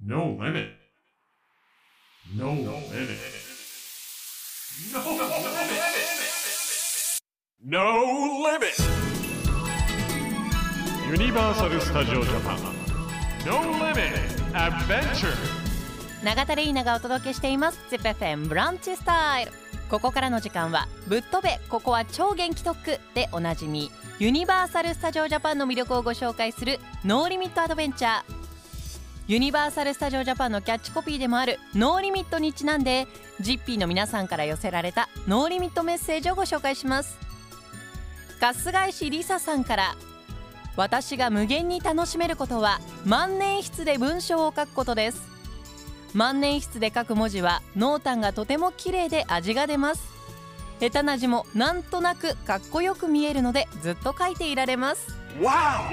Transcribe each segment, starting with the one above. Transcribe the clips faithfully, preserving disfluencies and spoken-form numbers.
No limit. No limit. No limit. No limit. Universal Studio Japan. No limit adventure. 永田玲奈がお届けしています ゼップエフエム ブランチスタイル。ここからの時間はぶっ飛べここは超元気特区でおなじみユニバーサル・スタジオ・ジャパンの魅力をご紹介するノーリミット・アドベンチャー。ユニバーサル・スタジオ・ジャパンのキャッチコピーでもあるノーリミットにちなんで、ジッピーの皆さんから寄せられたノーリミットメッセージをご紹介します。春日井市りささんから、私が無限に楽しめることは万年筆で文章を書くことです。万年筆で書く文字は濃淡がとても綺麗で味が出ます。下手な字もなんとなくかっこよく見えるのでずっと書いていられます。 Wow!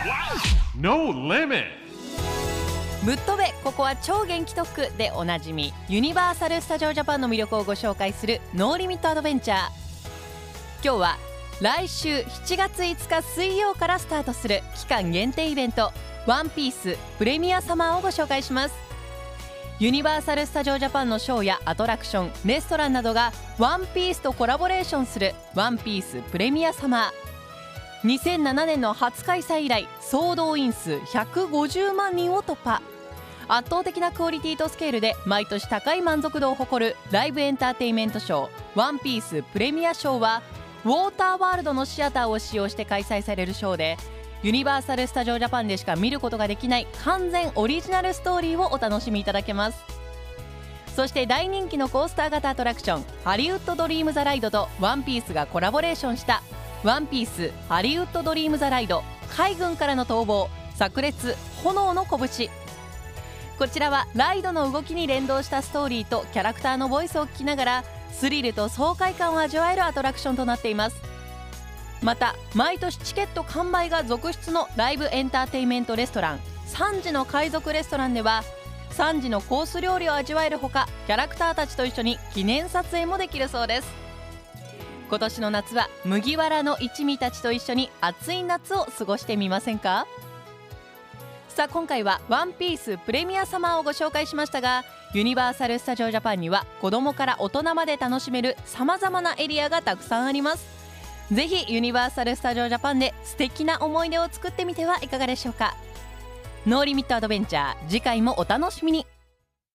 No limit. ぶっ飛べここは超元気特区でおなじみユニバーサル・スタジオ・ジャパンの魅力をご紹介するノーリミット・アドベンチャー。今日は来週しちがついつか水曜からスタートする期間限定イベントワンピースプレミアサマーをご紹介します。ユニバーサル・スタジオ・ジャパンのショーやアトラクション、レストランなどがワンピースとコラボレーションするワンピースプレミアサマー。にせんななねんの初開催以来総動員数ひゃくごじゅうまんにんを突破。圧倒的なクオリティとスケールで毎年高い満足度を誇るライブエンターテインメントショーワンピースプレミアショーはウォーターワールドのシアターを使用して開催されるショーで、ユニバーサル・スタジオ・ジャパンでしか見ることができない完全オリジナルストーリーをお楽しみいただけます。そして大人気のコースター型アトラクションハリウッド・ドリーム・ザ・ライドとワンピースがコラボレーションしたワンピースハリウッド・ドリーム・ザ・ライド海軍からの逃亡炸裂炎の拳。こちらはライドの動きに連動したストーリーとキャラクターのボイスを聞きながらスリルと爽快感を味わえるアトラクションとなっています。また毎年チケット完売が続出のライブエンターテインメントレストランさんじの海賊レストランではさんじのコース料理を味わえるほか、キャラクターたちと一緒に記念撮影もできるそうです。今年の夏は麦わらの一味たちと一緒に暑い夏を過ごしてみませんか。さあ今回はワンピースプレミアサマーをご紹介しましたが、ユニバーサル・スタジオ・ジャパンには子供から大人まで楽しめるさまざまなエリアがたくさんあります。ぜひユニバーサル・スタジオ・ジャパンで素敵な思い出を作ってみてはいかがでしょうか。ノーリミット・アドベンチャー、次回もお楽しみに。